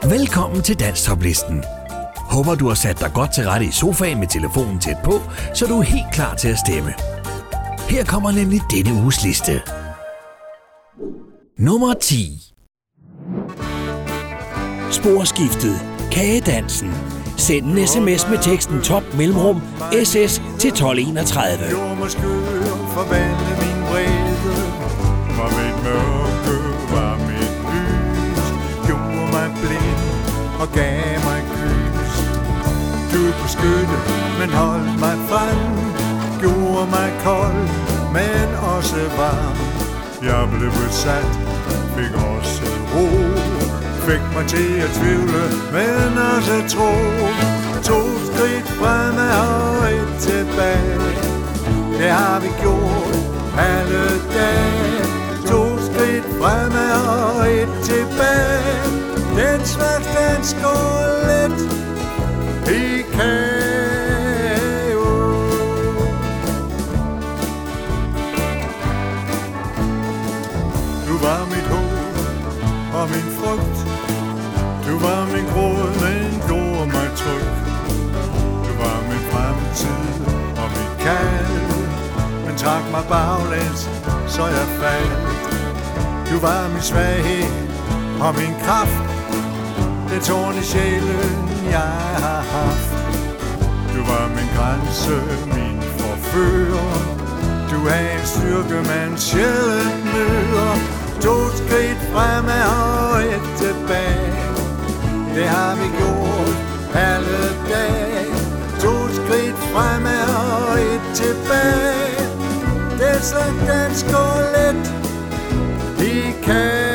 Velkommen til Danstoplisten. Håber du har sat dig godt til rette i sofaen med telefonen tæt på, så du er helt klar til at stemme. Her kommer nemlig denne uges liste. Nummer 10. Sporskiftet. Kagedansen. Send en sms med teksten top mellemrum SS til 1231. Gjorde mig skør, forvandle min vrede. Var mit mørke, var mit lys. Gjorde mig blind og gav mig kys. Du kunne skytte, men holdt mig frem. Gjorde mig kold, men også varm. Jeg blev besat, fik også ro. Fik mig til at tvivle, men også tro. 2 skridt fremad og 1 tilbage. Det har vi gjort alle dage. 2 skridt fremad og 1 tilbage. Den slags dans går let i kage. Du var mit håb og min frygt. Du var min gråd, men gjorde mig tryg. Du var min fremtid og mit kald, men trak mig baglæns, så jeg faldt. Du var min svaghed og min kraft, det tårn i sjælen, jeg har haft. Du var min grænse, min forfører. Du er en styrke, man sjældent møder. 2 skridt fremad og 1 tilbage. Det har vi gjort alle dage. 2 skridt fremad og 1 tilbage. Det slags dans går let i kage.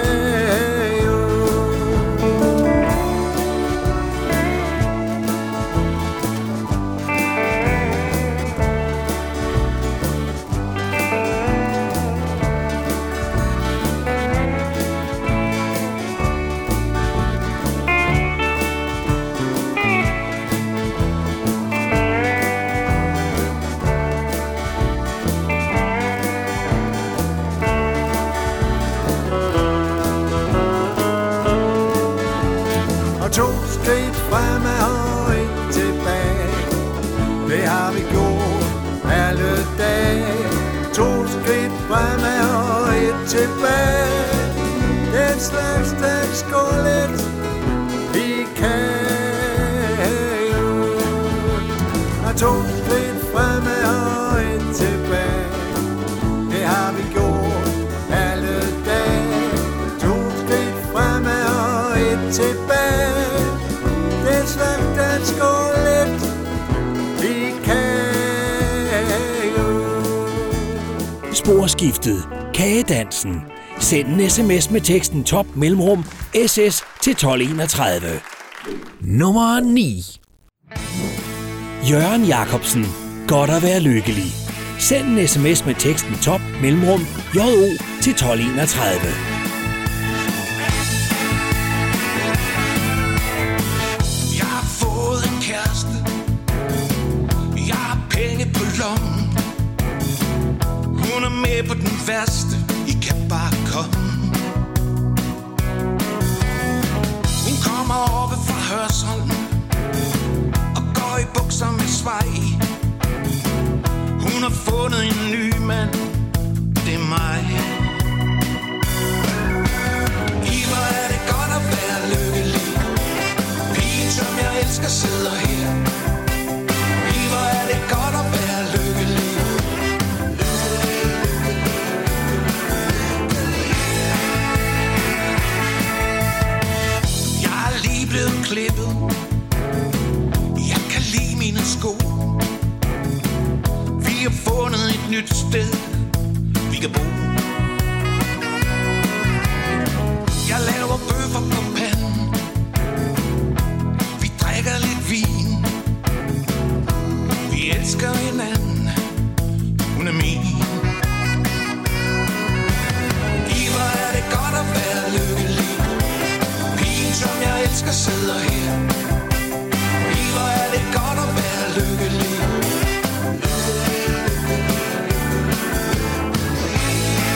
Tilbage. Den slags dans går let i kage. Og 2 skridt fremad og 1 tilbage. Det har vi gjort alle dage. 2 skridt fremad og 1 tilbage. Den slags dans går let i kage. Sporskiftet. Kagedansen. Send en sms med teksten top mellemrum SS til 1231. Nummer 9. Jørgen Jacobsen. Godt at være lykkelig. Send en sms med teksten top mellemrum JO til 1231. Jeg har fået en kæreste. Jeg har penge på lommen. Hun er med på den værste, I kan bare komme. Hun kommer oppe fra Hørsholm og går i bukser med svej. Hun har fundet en ny mand, det er mig. Hvor er det godt at være lykkelig. Pigen som jeg elsker sidder her. Hvor er det godt at være lykkelig. Blevet klippet. Jeg kan lide mine sko. Vi har fundet et nyt sted vi kan bo. Jeg laver bøffer på panden. Vi drikker lidt vin. Vi elsker hinanden. Hun er min. Hvor er det godt at være lykkelig. Som jeg elsker sidder her. Hvor er det godt at være lykkelig.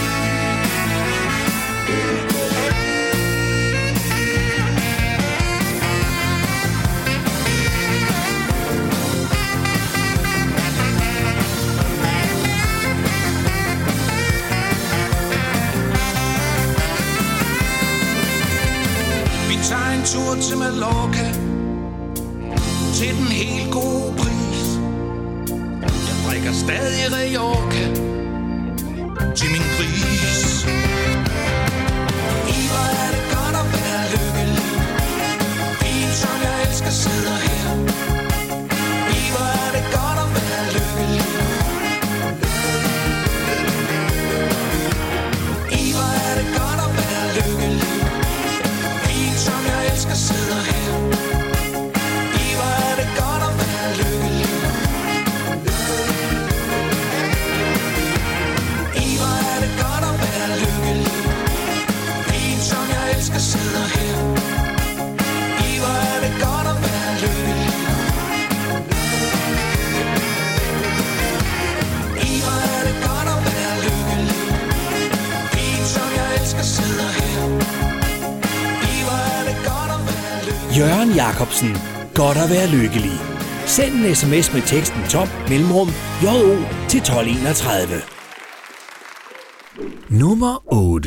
tur til Mallorca, til den helt gode pris. Jeg drikker stadig Rioja til min gris. Hvor er det godt at være lykkelig. En som jeg elsker sidder her. Hvor er det godt at være lykkelig. Hvor er det godt at være lykkelig. En som jeg elsker sidder her. Hvor er det godt at være lykkelig. Hvor er det godt at være lykkelig. Som jeg elsker sidder her. Hvor er det godt at være lykkelig. Hvor er det godt at være lykkelig. En som jeg elsker sidder her. Hvor er det godt at være lykkelig. Jørgen Jacobsen. Godt at være lykkelig. Send en sms med teksten top mellemrum JO til 1231. Nummer 8.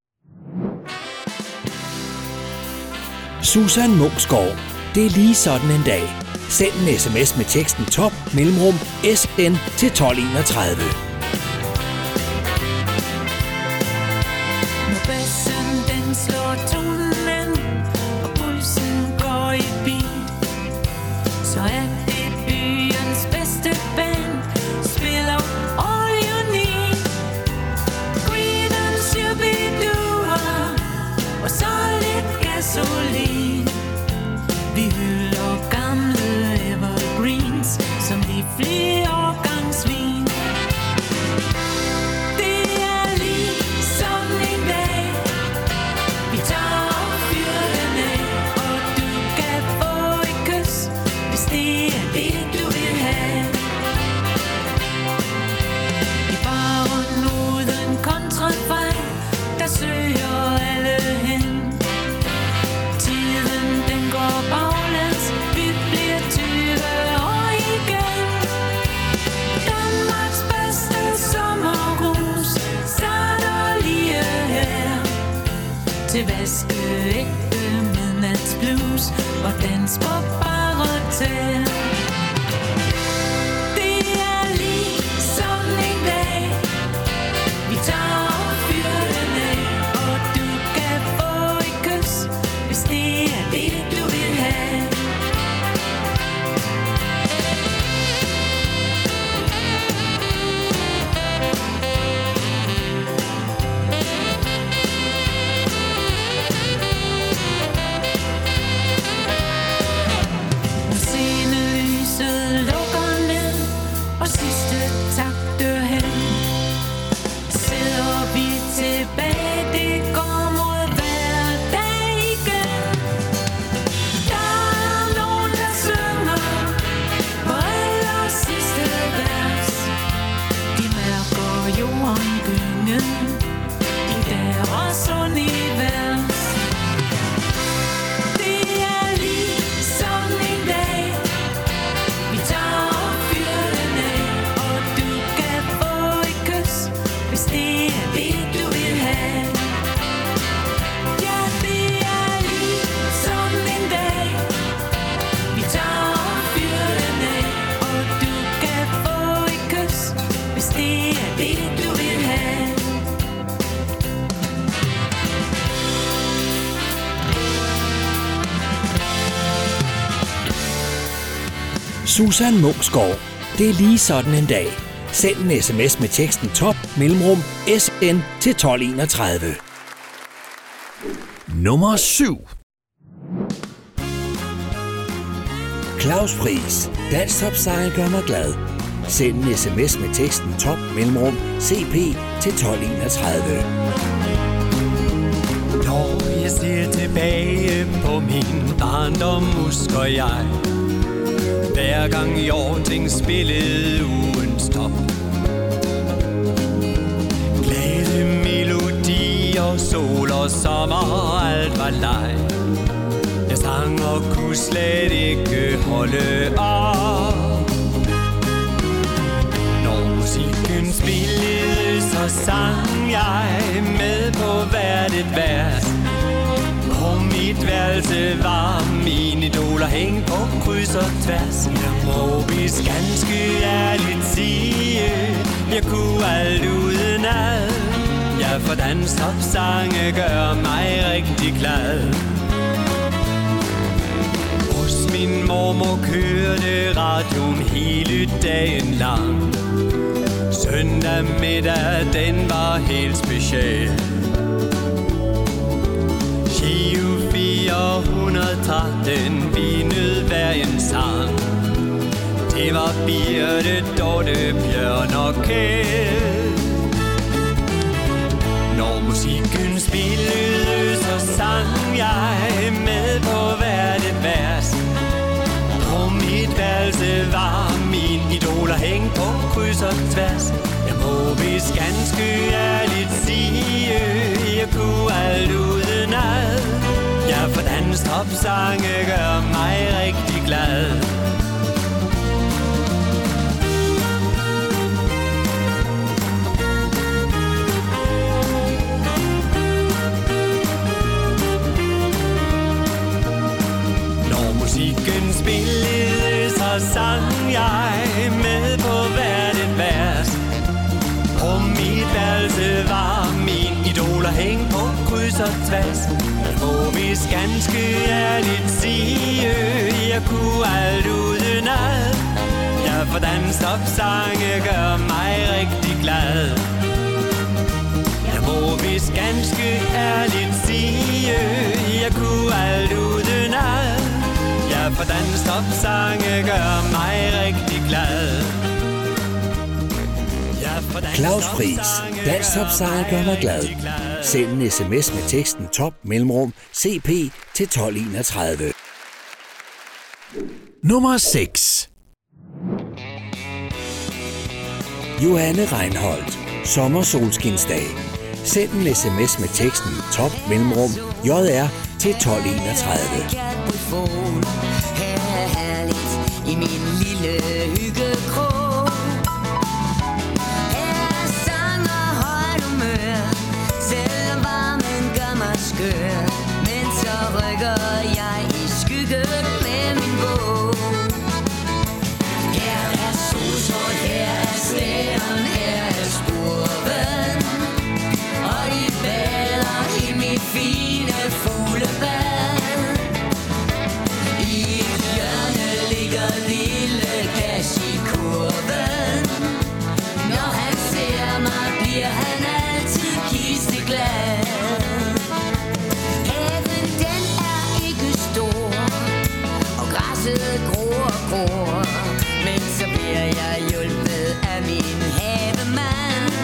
Susan Munksgaard. Det er lige sådan en dag. Send en sms med teksten top mellemrum SN til 1231. Når bassen den slår tonen og pulsen går i beat, så er det byens bedste band. Spiller all you need. Creedence, Shubidua og så lidt gasolin. Vi hylder gamle evergreens som de flere årgangsvin. Det er ligesom en dag. Vi tager og fyrer den af, og du kan få et kys, hvis det er det du vil have. I baren uden kontrafej, der søger alle hen. Tiden den går baglæns, vi bliver 20 år igen. Danmarks bedste sommerhus starter lige her. Til vaskeægte midnatsblues og dans på baratær. Det er ligesom en dag. Vi tager og fyrer den af, og du kan få et kys, hvis det er det du vil have. Når scenelyset lukker ned, og sidste takt dør hen, sidder vi tilbage, det går mod hverdag igen. Der er nogen, der synger på aller sidste vers. De mærker jorden gynge i deres univers. Det er ligesom en dag. Vi tager og fyrer den af, og du kan få et kys, hvis det er det du vil have. Ja, det er ligesom en dag. Vi tager og fyrer den af, og du kan få et kys, hvis det er det du vil have. Susan Munksgaard. Det er lige sådan en dag. Send en sms med teksten top mellemrum SN til 1231. Nummer 7. Claus Friis. Dansk topsanger gør mig glad. Send en sms med teksten top mellemrum CP til 1231. Når jeg ser tilbage på min barndom, husker jeg hver gang Hjorting spillede uden stop. Glade melodier, sol og sommer, alt var leg. Jeg sang og kunne slet ikke holde op. Når musikken spillede, så sang jeg med på hvert et vers. Kom mit værelse varm. Mine idoler hæng på kryds og tværs. Jeg må vist ganske ærligt sige, jeg kunne alt uden ad. Ja, for danstopsange gør mig rigtig glad. Hos min mormor kørte radioen hele dagen lang. Søndag middag, den var helt speciel. Gio 413, vi nød hver en sang. Det var Birte, Dorte, Bjørn og Kjeld. Når musikken spillede, så sang jeg med på hvert et vers. På mit værelse var mine idoler hængt på kryds og tværs. Jeg må vist ganske ærligt sige, jeg kunne alt uden ad. Ja, for danstopsange gør mig rigtig glad. Musikken spillede, så sang jeg med på hvert et vers. På mit værelse var mine idoler hængt på kryds og tværs. Jeg må vist ganske ærligt sige, jeg kunne alt uden ad. Ja, for danstopsange gør mig rigtig glad. Jeg må vist ganske ærligt sige, jeg kunne alt uden ad. Ja, for danstopsange gør mig rigtig glad. Claus Friis, danstopsange gør mig glad. Send en sms med teksten top mellemrum CP til 1231. Nummer 6. Johanne Reinholdt, sommersolskinsdag. Send en sms med teksten top mellemrum JR til 1231. Her er herligt i min lille hyggekrog. Her er sang og højt humør, selvom varmen gør mig skør. Men så rykker jeg i skyggen med min bog. Her er solsort, her er stæren, her er spurven. Og de bader i mit fine fuglebad. Lille Cash i kurven. Når han ser mig, bliver han altid kisteglad. Haven den er ikke stor, og græsset gror og gror. Men så bliver jeg hjulpet af min havemand.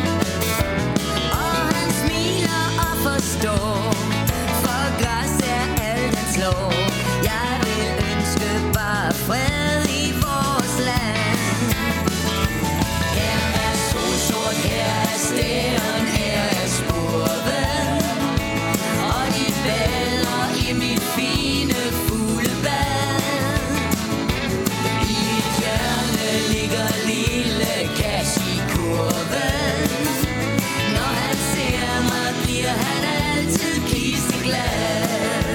Og han smiler og forstår, for græs er alt han slår. Jeg vil ønske bare fred i vores land. Her er solsort, her er stæren, her er spurven. Og de bader i mit fine fuglebad. I et hjørne ligger lille Cash i kurven. Når han ser mig, bliver han altid kisteglad.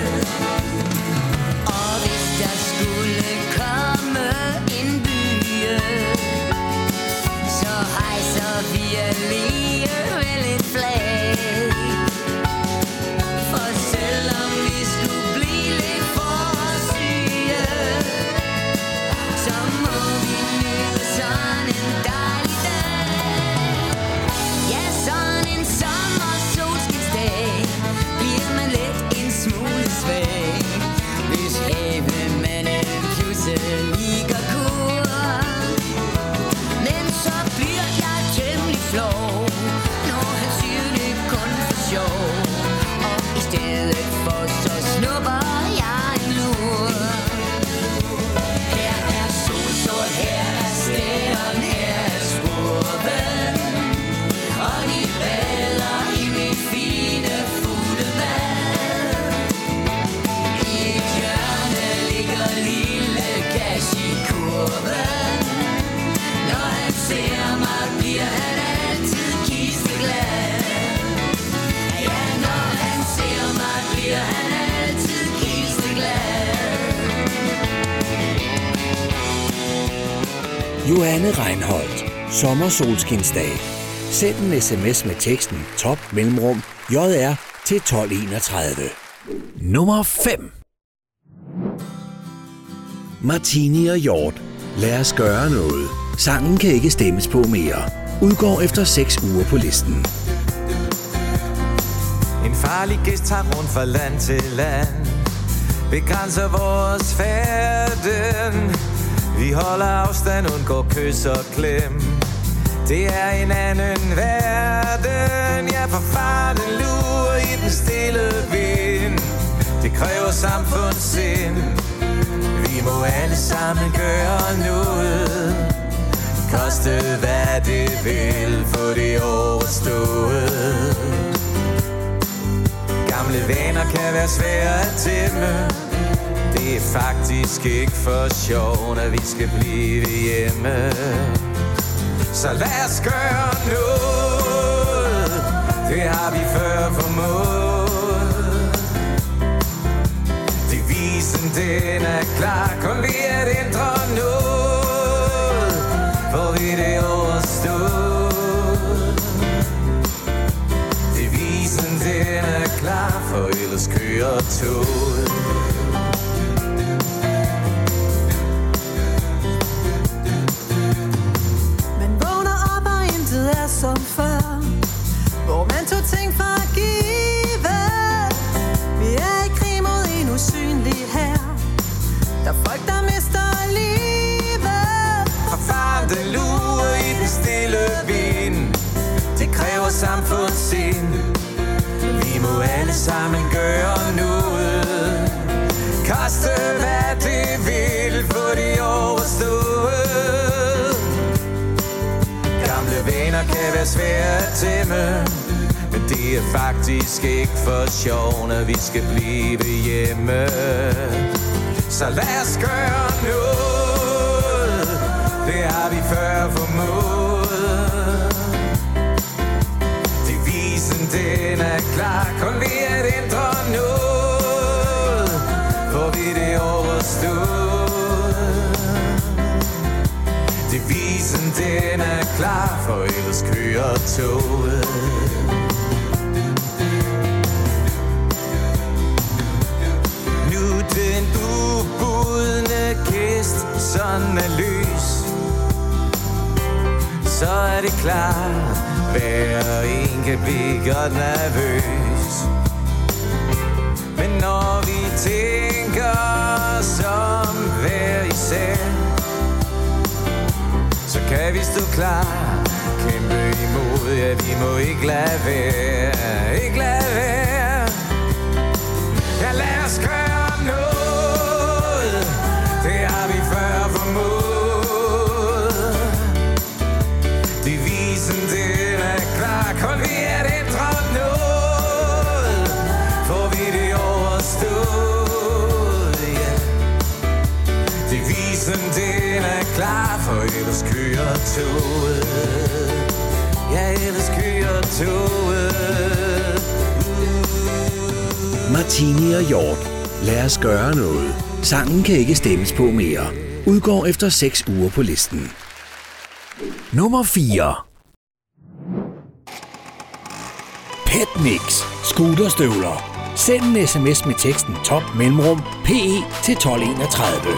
Der skulle komme en bye, så hejser vi alligevel et flag. For selvom vi skulle blive lidt for syge, så må vi nyde sådan en dejlig dag. Ja, sådan en sommersolskinsdag bliver man let en smule svag, hvis havemanden pludselig går kur. Men så bliver jeg temmelig flov, når han siger det kun for sjov. Og i stedet for så snupper jeg en lur. Her er solsort, her er stæren, her er spurven. Og de bader i mit fine fuglebad. I et hjørne ligger lille Cash i kurven. Når han ser mig, bliver han altid kisteglad. Ja, Johanne Reinholdt. Sommersolskinsdag. Send en sms med teksten top mellemrum JR til 1231. Nummer 5. Martini og Hjort. Lad os gøre noget. Sangen kan ikke stemmes på mere. Udgår efter 6 uger på listen. En farlig gæst tager rundt fra land til land, begrænser vores færden. Vi holder afstand, undgår kys og klem. Det er en anden verden. Ja, for faren lurer i den stille vind. Det kræver samfundssind. Vi må alle sammen gøre noget. Koste hvad det vil, få det overstået. Gamle vaner kan være svære at tæmme. Det er faktisk ikke for sjov, når vi skal blive hjemme. Så lad os gøre noget. Det har vi før formået. Devisen den er klar. Kun ved at ændre noget, får vi det overstået. Devisen den er klar, for ellers kører toget. Som før, hvor man tog ting for at give. Vi er i krig mod en usynlig hær. Der er folk, der mister livet. Fra faren, der lurer i den stille vind. Det kræver samfundssind. Vi må alle sammen gøre noget. Koste hvad det vil, få det overstået. Vaner kan være svære at tæmme, men det er faktisk ikke for sjov, når vi skal blive hjemme. Så lad os gøre noget. Det har vi før formået. Devisen den er klar. Kun ved at ændre noget, får vi det overstået. Devisen den er klar, for ellers kører toget. Nu den ubudne gæst sådan er løs, så er det klart, hver en kan blive godt nervøs. Men når vi tænker som hver især, så kan vi stå klar, kæmpe imod, ja, vi må ikke lade være, ikke lade være. Ja, lad os gøre noget, det har vi før formået. Devisen den er klar, kun ved at ændre noget, får vi det overstået, ja. Devisen den er klar, for ellers kører toget. Ja, ellers kører toget. Martini og Hjort. Lad os gøre noget. Sangen kan ikke stemmes på mere. Udgår efter 6 uger på listen. Nummer 4. Petmix. Scooterstøvler. Send en sms med teksten top mellemrum PE til 1231.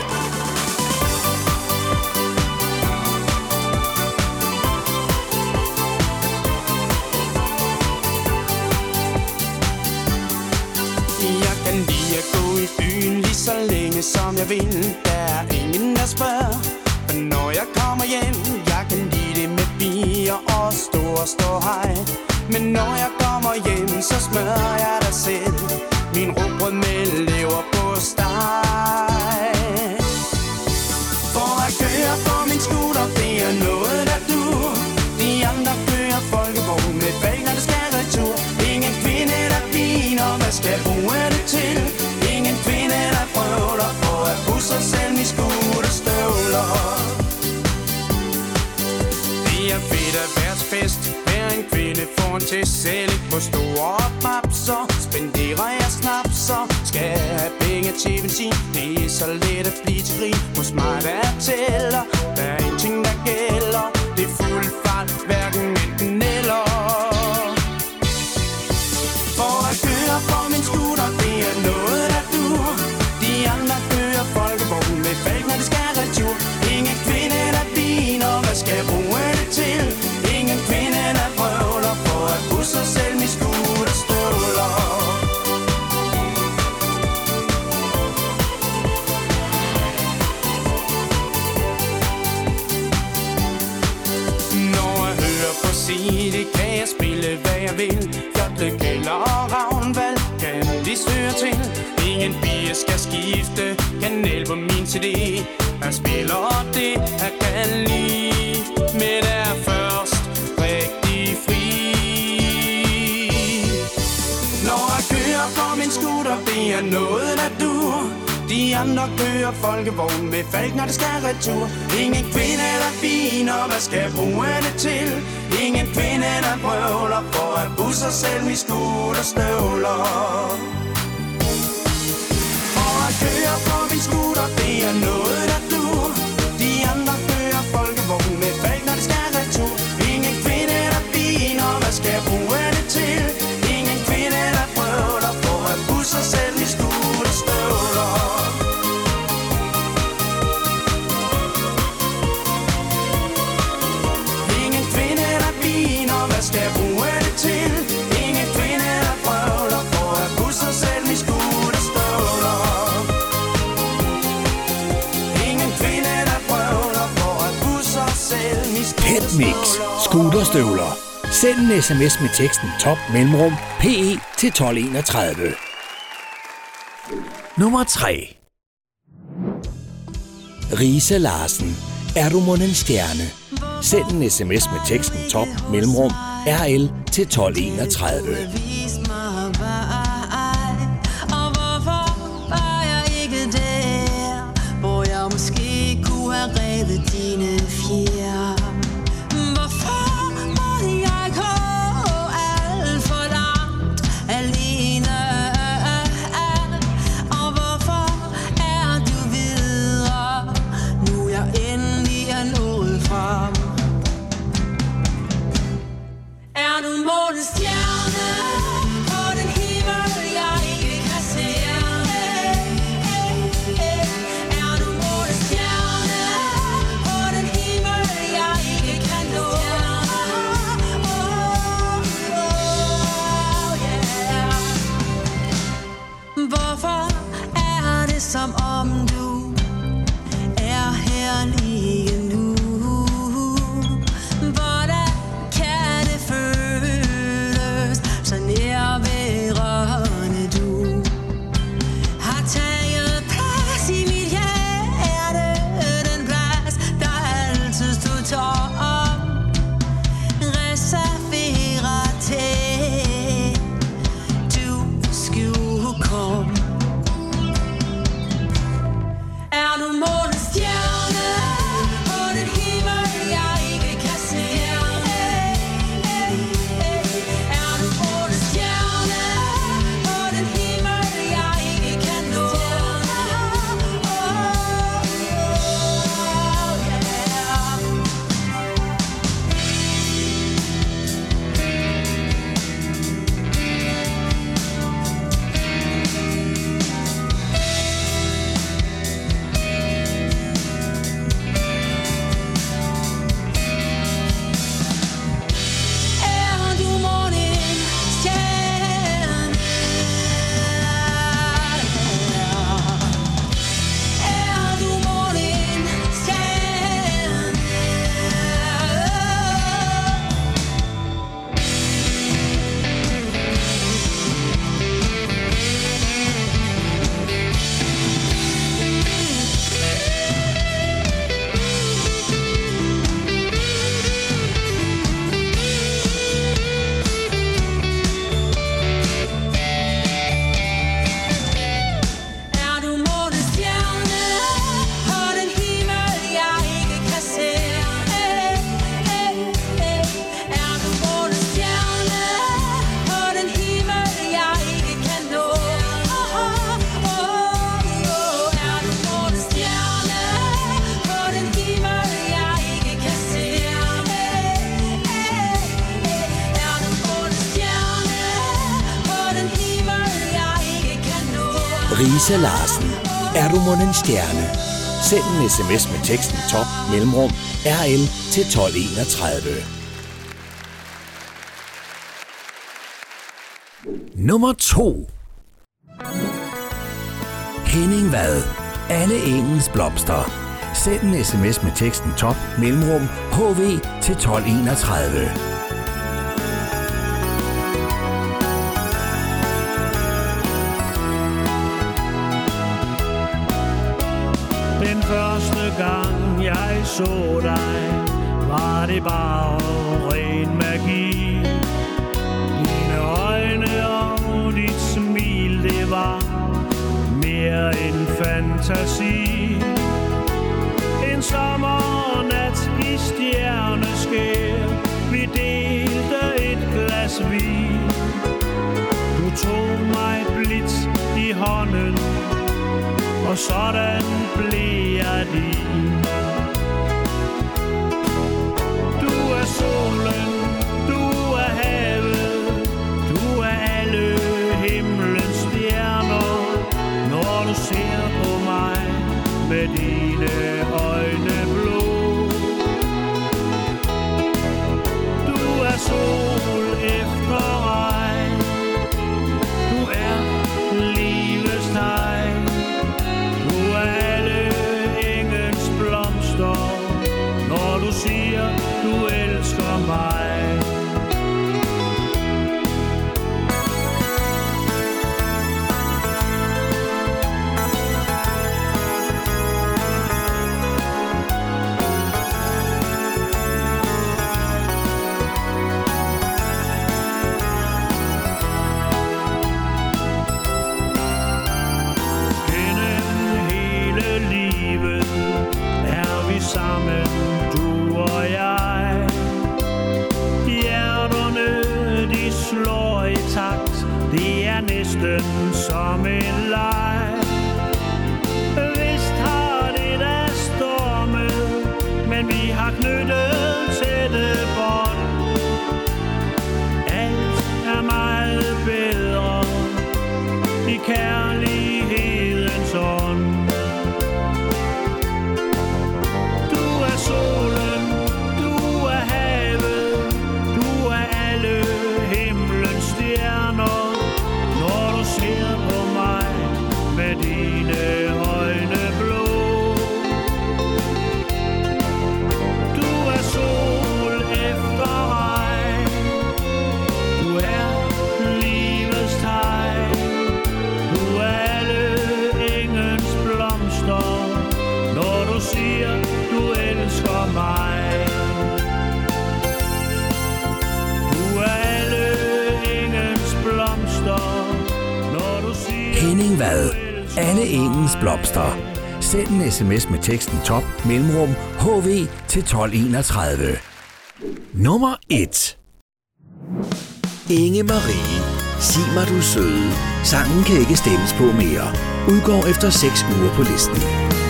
Så længe som jeg vil, der er ingen der spørger. Men når jeg kommer hjem, jeg kan lide det med bier og stå hej. Men når jeg kommer hjem, så smører jeg dig selv min rugbrød med leverpostej. For at køre på min scooter, det er noget der dur. De andre kører folkevogn med bager, der skal retur. Ingen kvinde der viner, hvad skal bruge det til? Ingen kvinde der prøver på at pusse sig selv i scooterstøvler. Det er fedt at være til fest. Hver en kvinde får en til selv. Ikke på store papser. Spenderer jeg snapser. Skal jeg have penge til benzin? Det er så let at blive til grin. Hos mig der tæller. Der er en ting der gælder. hvad jeg vil. Fjortle, gælder og ravnvalg kan de søge til. Ingen bier skal skifte kanal på min CD. Jeg spiller det, jeg kan lide, men er først rigtig fri. Når jeg kører på min scooter, det er noget, der dur. De andre kører folkevogn med falk, når det skal retur. Ingen kvinde eller viner, hvad skal jeg bruge det til? Ingen kvinde der brøvler for at busse sig selv i scooterstøvler. For at køre på min scooter, det er noget, der dur. De andre kører folkevogn med falk, når det skal retur. Ingen kvinde eller viner, hvad skal jeg bruge det til? Ingen kvinde der brøvler for at busse sig selv i scooterstøvler. Hvad skal jeg bruge det til? Ingen kvinde der prøvler for at busse sig selv i scooterstøvler. Ingen kvinde der prøvler for at busse sig selv i scooterstøvler. Petmix scooterstøvler. Send en sms med teksten top mellemrum PE til 1231. Nummer 3. Riise Larsen. Er du mon en stjerne? Send en sms med teksten top mellemrum RL til 1231. Vis mig vej, og hvorfor var jeg ikke der, hvor jeg måske kunne have revet dine fjer? Hvorfor måtte jeg gå alt for langt alene? Og hvorfor er du videre, nu jeg endelig er nået frem? Er du månens stjerne på den himmel, jeg ikke kan se? Er du månens stjerne på den himmel, jeg ikke kan nå? Hvorfor er det som om du er her lige nu? Hvordan kan det føles så nærværende? Du har taget plads i mit hjerte, den plads, der altid stod tom, reserveret til du skulle komme. Er du månens stjerne på den himmel, jeg ikke kan se? Er du månens stjerne på den himmel, jeg ikke kan nå? Er du månens stjerne? Er du månens stjerne? Er du månens stjerne på den himmel, jeg ikke kan se? Er du månens stjerne på den himmel, jeg ikke kan nå? Er du månens stjerne på den himmel, jeg ikke kan se? Er du månens stjerne på den himmel, jeg ikke kan nå? Riise Larsen. Er du mon en stjerne? Send en sms med teksten top mellemrum RL til 1231. Nummer 2. Henning Vad. Alle engens blomster. Send en sms med teksten top mellemrum HV til 1231. jeg så dig, var det bare ren magi. Dine øjne og dit smil, det var mere end fantasi. En sommernat i stjerneskær, vi delte et glas vin. Du tog mig blidt i hånden, og sådan blev jeg din. Du er solen, du er havet, du er alle himlens stjerner. Når du ser på mig med dine øjne blå. Du er sol efter regn, du er livets tegn. Du er alle engens blomster, når du siger, du elsker mig. Sammen, du og jeg. Hjerterne, de slår i takt. Det er næsten som en leg. Vist har det da stormet, men vi har knyttet tætte bånd. Alt er meget bedre i kærlighedens ånd. Solen, du er havet, du er alle himlens stjerner. Når du ser på mig med dine øjne blå. Du er sol efter regn, du er livets tegn. Du er alle engens blomster, når du siger, du elsker mig. Du er alle engens blomster, når du siger. Henning Vad. Alle engens blomster. Send en sms med teksten top mellemrum HV til 1231. Nummer 1. Inge Marie. Sig mig du søde. Sangen kan ikke stemmes på mere. Udgår efter 6 uger på listen.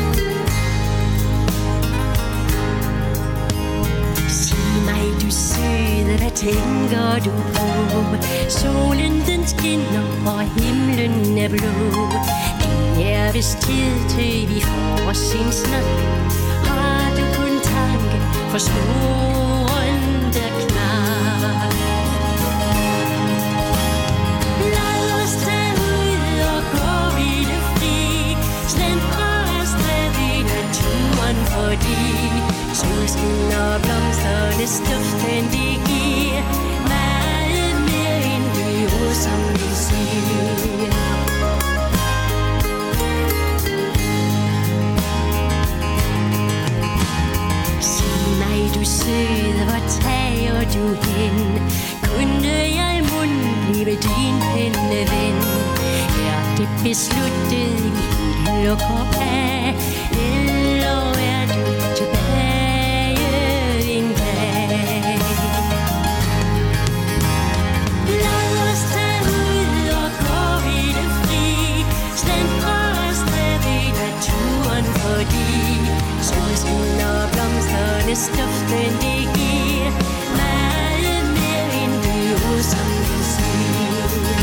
Hvad tænker du på? Solen den skinner, og himlen er blå. Det er vist tid til vi får os en snak. Har du kun tanke for snoren, der knar? Lad os tage ud og gå vilde fri. Slendre afsted i naturen, fordi solskin og blomsternes duften, de giver meget mere end de ord, som vi siger. Sig mig du søde, hvor tager du hen? Kunne jeg mon blive din penneven? Er det besluttet, vi lukker af? Eller er du tilbage en dag? Lad os tage ud og gå vilde fri. Slendre afsted i naturen, fordi solskin og blomsternes duften, de giver meget mere end de ord, som vi siger.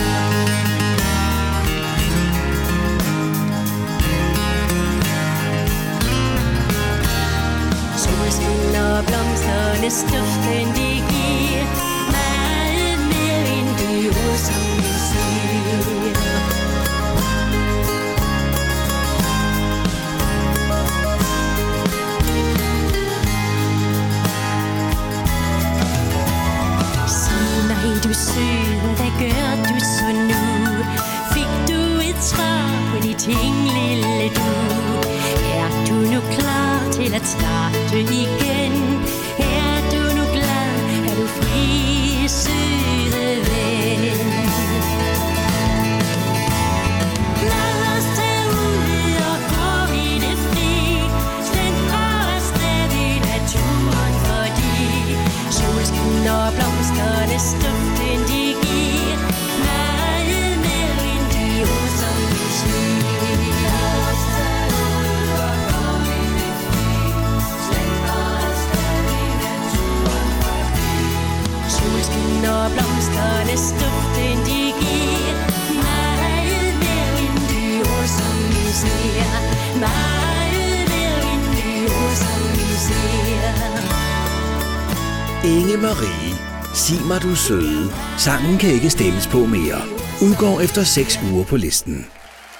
Ane Marie, sig mig du søde. Sangen kan ikke stemmes på mere. Udgår efter 6 uger på listen.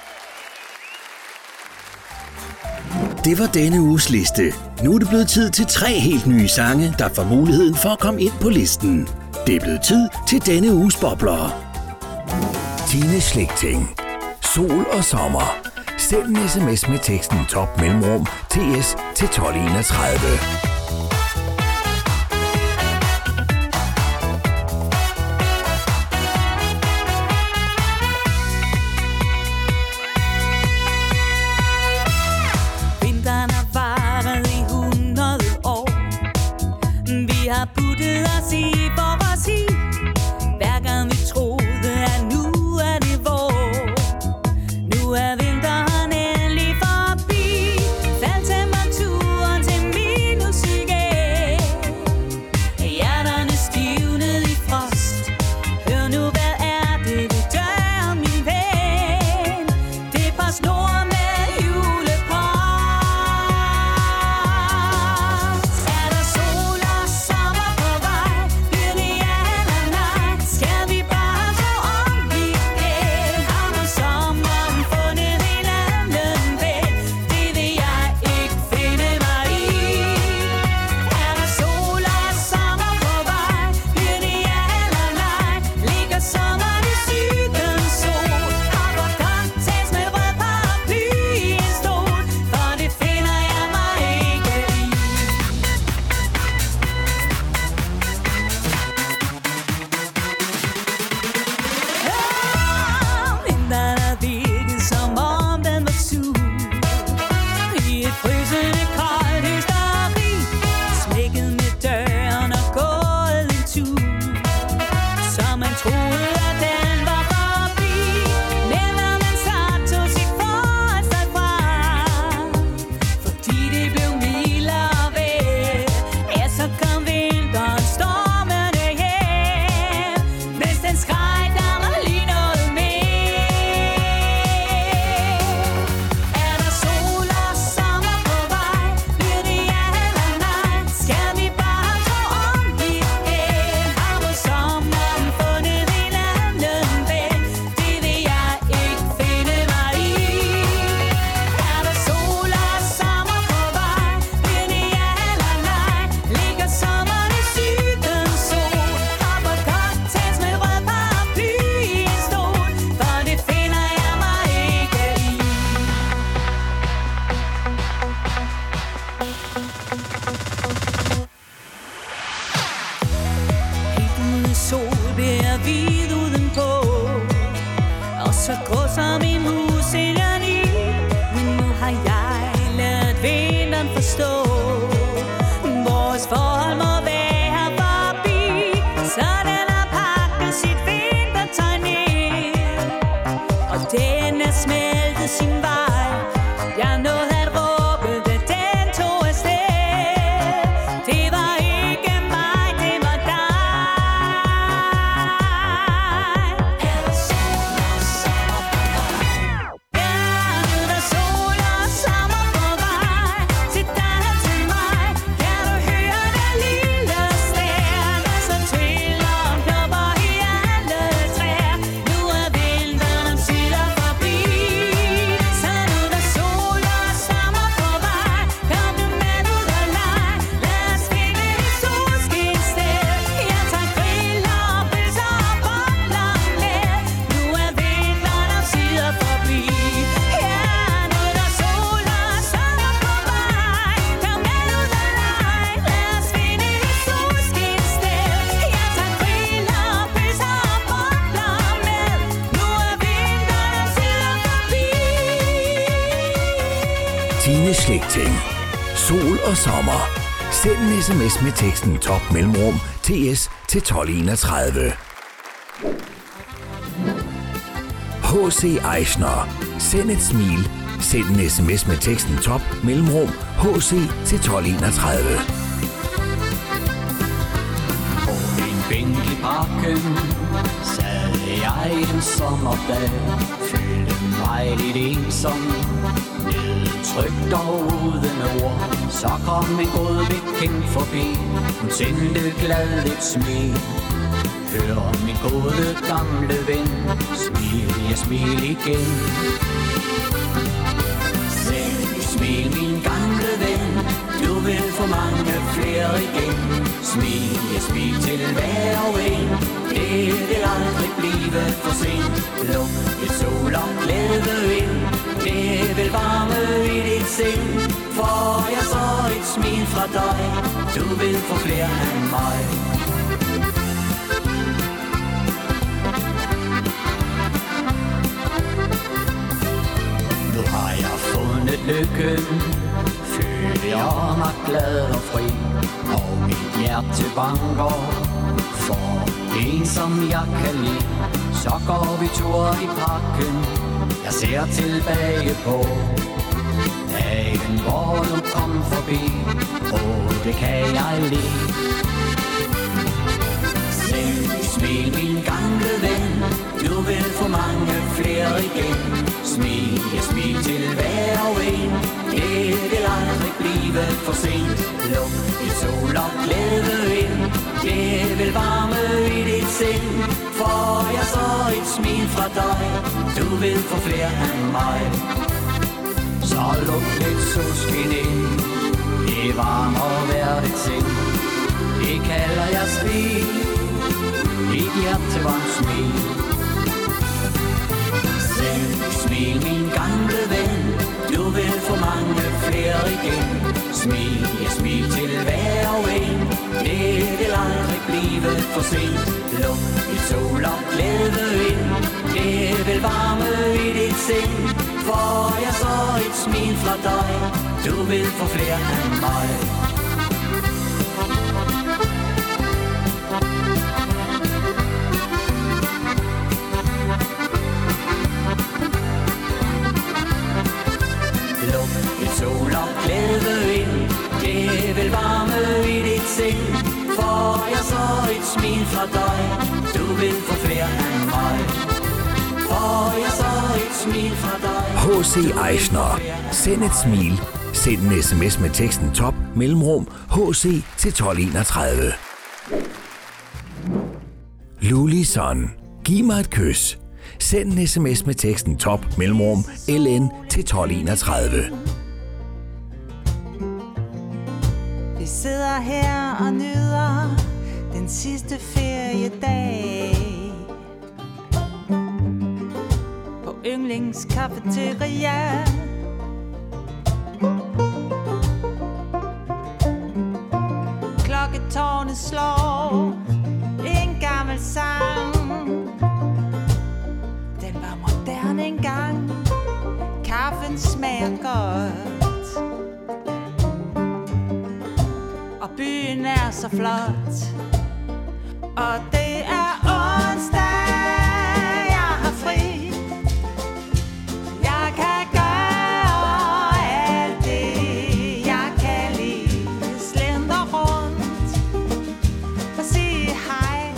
Det var denne uges liste. Nu er det blevet tid til 3 helt nye sange, der får muligheden for at komme ind på listen. Det er blevet tid til denne uges bobler. Tine Slægting. Sol og sommer. Send en sms med teksten top mellemrum TS til 1231. Vinteren har varet i 100 år. Vi har puttet os i vores hi. Hver gang vi troede, at nu er det vår. Nu er vinteren endelig forbi. Fald temperaturen til minus igen. Hjerterne stivnede i frost. Hør nu, hvad er det, du dør, min ven? Det er på snor med julepost. Er der sol og sommer på vej? Bliver det ja eller nej? Skal vi bare gå om igen? Har du sommeren fundet en anden ven? Det vil jeg ikke finde mig i. Er der sol og sommer på vej? Bliver det ja eller nej? Ligger sommeren i sydens sol? Hopper cocktails med rød paraply i en stol? For det finder jeg mig ikke i. Vinteren har virket som om den var sur. I et frysende koldt hysteri. Smækket med døren og gået en tur. Så man troede, at den var forbi. Men når man så tog sit forholdsdag fra, fordi det blev mildere vejr, ja, så kom vinteren stormende hjem. Mens den skreg, der var lige noget mere. Er der sol og sommer på vej? Bliver det ja eller nej? Skal vi bare gå om igen? Har du sommeren fundet en anden ven? Det vil jeg ikke finde mig i. Er der sol og sommer på vej? Bliver det ja eller nej? Ligger sommeren i sydens sol? Hopper cocktails med rød paraply i en stol? For det finder jeg mig ikke i. Helt uden sol bliver hvid udenpå. Og så grå som en mus indeni. Men nu har jeg ladet vinteren forstå. Vores forhold må være forbi. Så den har pakket sit vintertøj ned. Og den er smeltet sin vej. Jeg nåede at råbe, da den tog afsted. Det var ikke mig, det var dig. Er der sol og sommer på vej? Ja, nu er der sol og sommer på vej. Til dig og til mig. Kan du høre det lille stær, der så triller og knopper i alle træer? Nu er vinteren omsider forbi. Så nu er der sol og sommer på vej. Kom nu med ud og leg. Lad os finde et solskinssted. Jeg tager griller og pølser og bobler med. Nu er vinteren omsider forbi. Ja, nu er der sol og sommer på vej. Kom med ud og leg. Lad os finde et solskinssted. Jeg tager griller og pølser og bobler med. Nu er vinteren omsider forbi. Tine Slægting. Sol og sommer. Send en sms med teksten top mellemrum TS til 1231. H.C. Eichner. Send et smil. Send en sms med teksten top mellemrum HC til 1231. På en bænk i parken sad jeg en sommerdag. Følte dejligt ensom, nedtrykt og uden ord. Så kom en god bekendt forbi, hun sendte glad et smil. Hør min gode gamle ven, smil, jeg smil igen. Smil min gamle ven, du vil få mange flere igen. Smil, jeg smil til hver og en, det vil aldrig blive for sent. Luk et sol og glæde ind, det vil varme i dit sind. For jeg så et smil fra dig, du vil få flere af mig. Lykken føler mig glad og fri, og mit hjerte banker for en som jeg kan lide. Så går vi tur i parken, jeg ser tilbage på dagen hvor du kom forbi. Det kan jeg lide. Smil min gamle ven, du vil få mange flere igen. Smil, jeg smil til hver og en, det vil aldrig blive for sent. Luk et sol og glæde ind, det vil varme i dit sind. For jeg så et smil fra dig, du vil få flere af mig. Så luk lidt solskin ind, det varmer hver dit sind. Det kalder jeg smil, dit hjerte var en smil. Smil min gamle ven, du vil få mange flere igen. Smil, jeg smil til hver og en, det vil aldrig blive for sent. Luk et sol og glæde ind, det vil varme i dit sind. For jeg så et smil fra dig, du vil få flere af mig. Sol og glæde ind, det vil varme i dit sind. For jeg så et smil fra dig, du vil få flere af mig. For jeg så et smil fra dig. H.C. Eisner. Send et smil. Send en sms med teksten top mellemrum HC til 1231. Lulison. Giv mig et kys. Send en sms med teksten top mellemrum LN til 1231. Vi sidder her og nyder den sidste feriedag på yndlingskafeteria. Klokketårnet slår en gammel sang. Den var moderne engang. Kaffen smager godt, og byen er så flot. Og det er onsdag, jeg har fri. Jeg kan gøre alt det, jeg kan lide. Slender rundt og sige hej,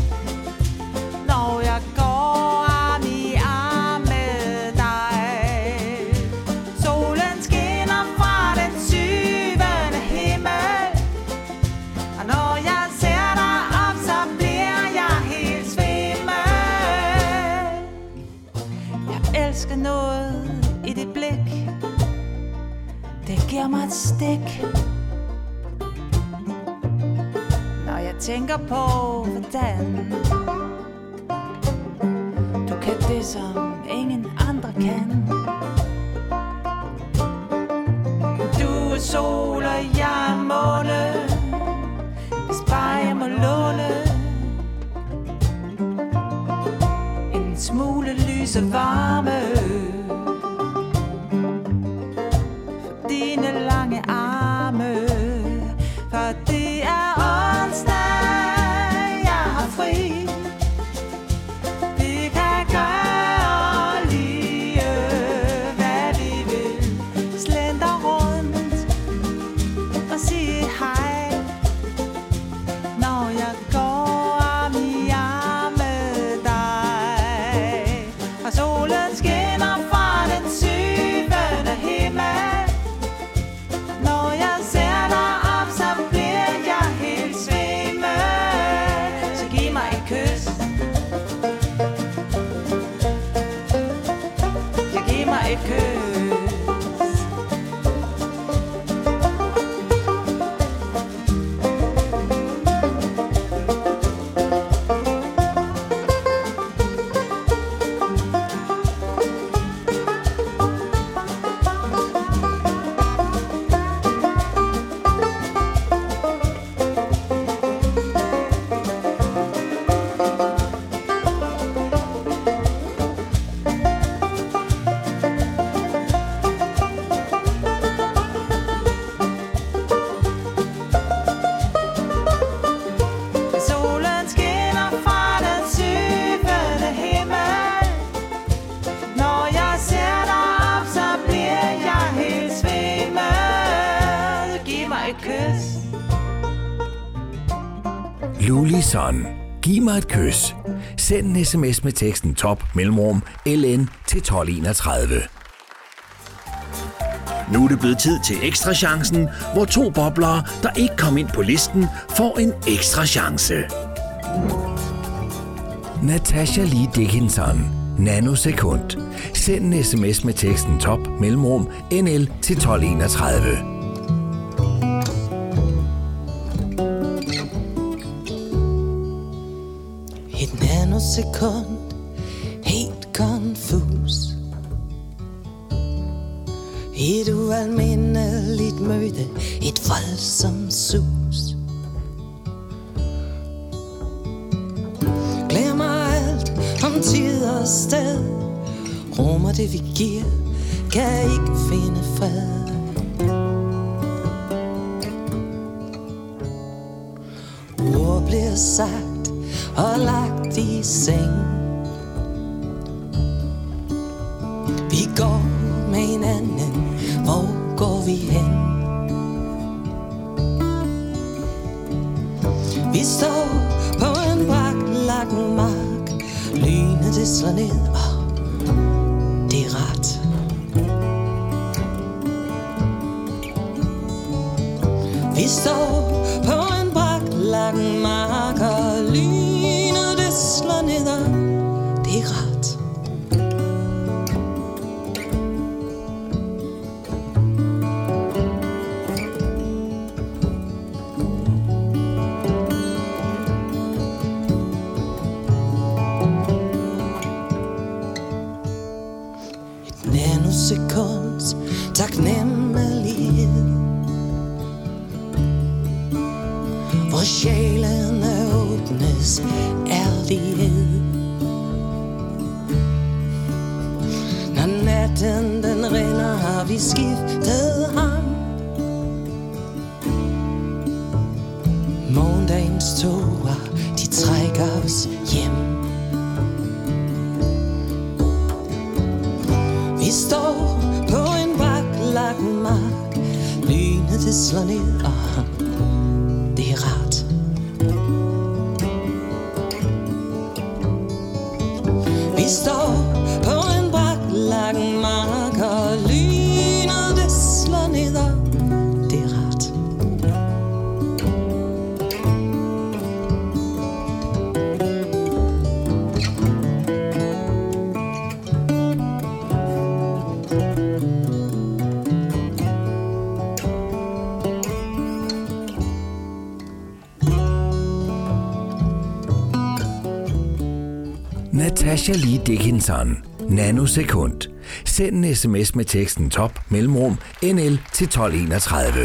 når jeg går arm i arm med dig. Solen skinner fra den syvende himmel, og når jeg ser dig op, så bliver jeg helt svimmel. Jeg elsker noget i dit blik, det giver mig et stik. Når jeg tænker på, hvordan du kan det, som ingen andre kan. Du er sol, og jeg er måne, hvis bare jeg må låne en smule lys og varme for dine lange arme. For det er onsdag, jeg har fri. Vi kan gøre lige hvad vi vil. Slender rundt og sige hej, når jeg går arm i arm med dig. Og solen skinner Lulison. Giv mig et kys. Send en sms med teksten top mellemrum LN til 1231. Nu er det blevet tid til ekstra chancen, hvor 2 boblere, der ikke kom ind på listen, får en ekstra chance. Natasha Lee Dickinson. Nanosekund. Send en sms med teksten top mellemrum NL til 1231. Et nanosekund, helt konfus. Et ualmindeligt møde, et voldsomt sus. Glemmer alt om tid og sted. Rummer det vi giver, kan ikke finde fred. Ord bliver sagt og lagt i seng. Vi går med hinanden, hvor går vi hen? Vi står på en braklagt mark. Lynet det slår ned, og det er ret. Vi står på en braklagt mark, og lynet det slår ned, og det er ret. Nanosekunds taknemmelighed, hvor sjælene åbnes, ærlighed. Når natten den rinder, har vi skiftet ham. Morgendagens tåger, de trækker os hjem. Vi står på en braklagt mark. Lynet det slår ned, og det er ret. Vi står på en braklagt mark, og lynet det slår ned, og det er ret. Natasha Lee Dickinson. Nanosekund. Send en sms med teksten top mellemrum NL til 1231.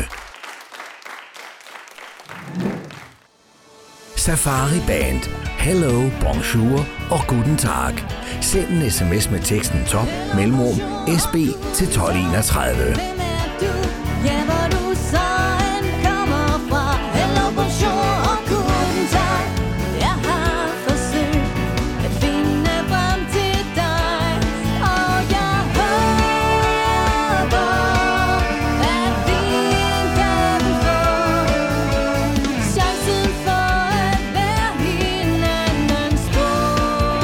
Safari Band. Hello, bonjour og guten tag. Send en sms med teksten top mellemrum SB til 1231. Ja, hvor du så end kommer fra. Hello, bonjour og guten tag. Jeg har forsøgt at finde frem til dig, og jeg håber, at vi en dag vil få chancen for at være hinandens bror.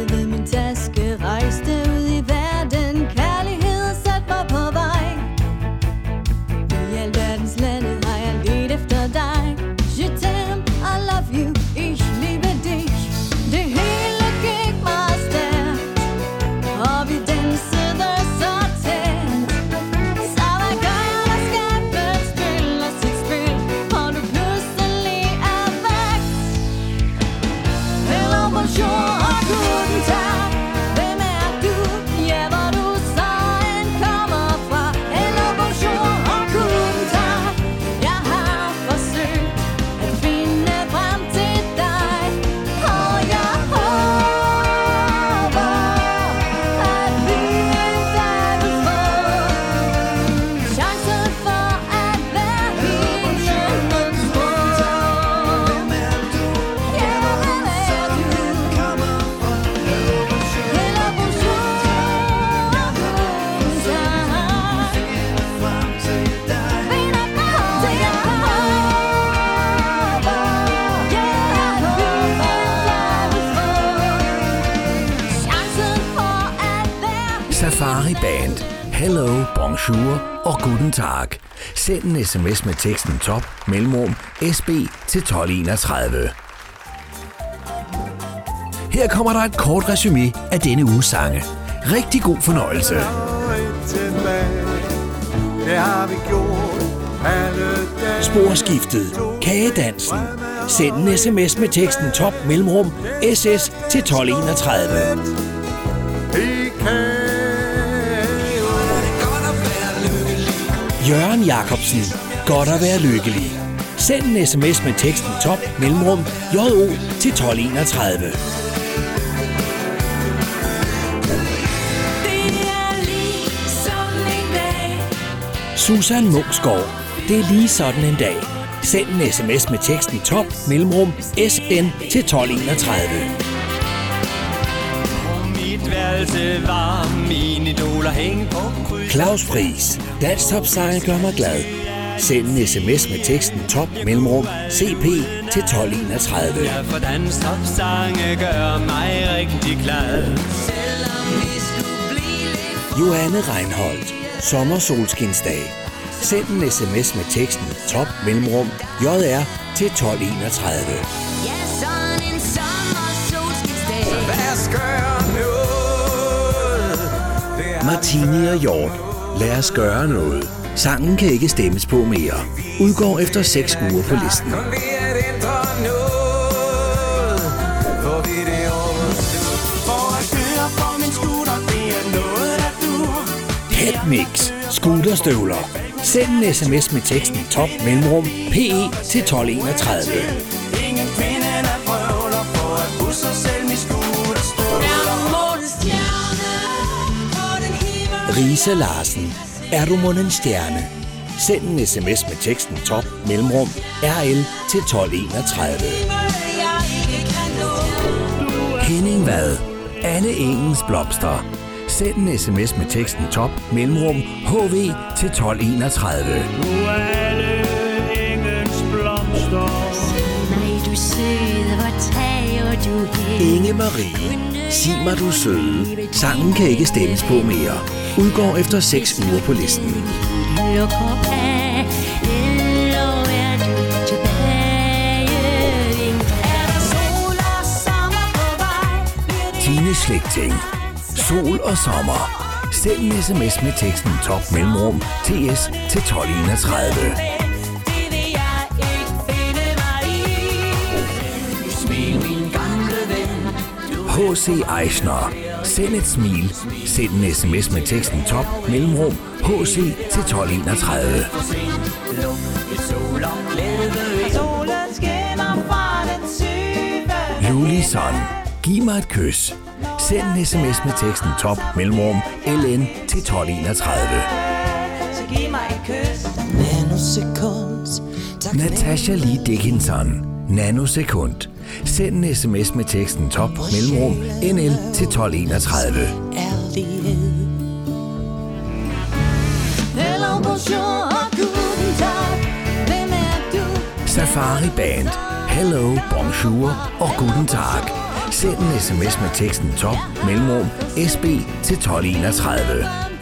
Pakkede min taske, rejste ud i verden. Kærlighed sat mig på vej. I alverdens lande har jeg ledt efter dig. Je t'aime, I love you, ich liebe dich. Det hele gik meget stærkt, og vi dansede så tæt. Så hvad gør jeg, der skabte spiller sit spil, og du pludselig er væk. Hello, bonjour og guten tag. Hvem er du? Ja, hvor du så end kommer fra. Hello, bonjour og guten tag. Jeg har forsøgt at finde frem til dig, og jeg håber, at vi en dag vil få chancen for at være hinandens bror. Hvem er du? Ja, hvem er du? Hello, bonjour og guten tag. Safari Band. Hello, bonjour og guten tag. Send en sms med teksten top mellemrum SB til 1231. Her kommer der et kort resumé af denne uges sange. Rigtig god fornøjelse. Det har vi gjort alle dage. Sporskiftet. Kagedansen. Send en sms med teksten top mellemrum SS til 1231. I kage. Jørgen Jacobsen. Godt at være lykkelig. Send en sms med teksten top mellemrum JO til 1231. Det er lige sådan en dag. Susan Munksgaard. Det er lige sådan en dag. Send en sms med teksten top mellemrum SN til 1231. Mit værelse var mine idoler hæng på kryds. Claus Friis. Danstopsange gør mig glad. Send en sms med teksten top mellemrum CP til 1231. Ja, for danstopsange gør mig rigtig glad. Johanne Reinholdt. Sommersolskinsdag. Send en sms med teksten top mellemrum JR til 1231. Ja, sådan en sommersolskinsdag. Så lad os gøre noget. Martini og Hjort. Lad os gøre noget. Sangen kan ikke stemmes på mere. Udgår efter 6 uger på listen. Kun ved at ændre noget. For vi det overstået. For at køre på min scooter, det er noget, der dur. Petmix. Scooterstøvler. Send en sms med teksten top mellemrum PE til 1231. Ingen kvinde, der prøver på at busse sig selv med scooterstøvler. Risa Larsen. Er du mon en stjerne? Send en sms med teksten top mellemrum RL til 1231. Henning Vad. Anne Engens blomster. Send en sms med teksten top mellemrum HV til 1231. Alle engens blomster. Nej, du søde, hvor tager du hen? Inge Marie. Sig mig du søde. Sangen kan ikke stemmes på mere. Udgår efter 6 uger på listen. Lukker af, eller er du tilbage igen? Er der sol og sommer på vej? Tine Slægting. Sol og sommer. Send en sms med teksten top mellemrum TS til 1231. Det vil jeg ikke finde mig i. Smil, min gamle ven. H.C. Eisner. Send et smil. Send en sms med teksten top mellemrum HC til 1231. Solen skinner fra den syve. Lulison. Giv mig et kys. Send en sms med teksten top mellemrum LN til 1231. Så giv mig et kys. Nanosekund. Natasha Lee Dickinson. Nanosekund. Send en sms med teksten top mellemrum NL til 1231. Ærlighed. Hello, bonjour og guten tag. Hvem er du? Safari Band. Hello, bonjour og guten tag. Send en sms med teksten top mellemrum SB til 1231.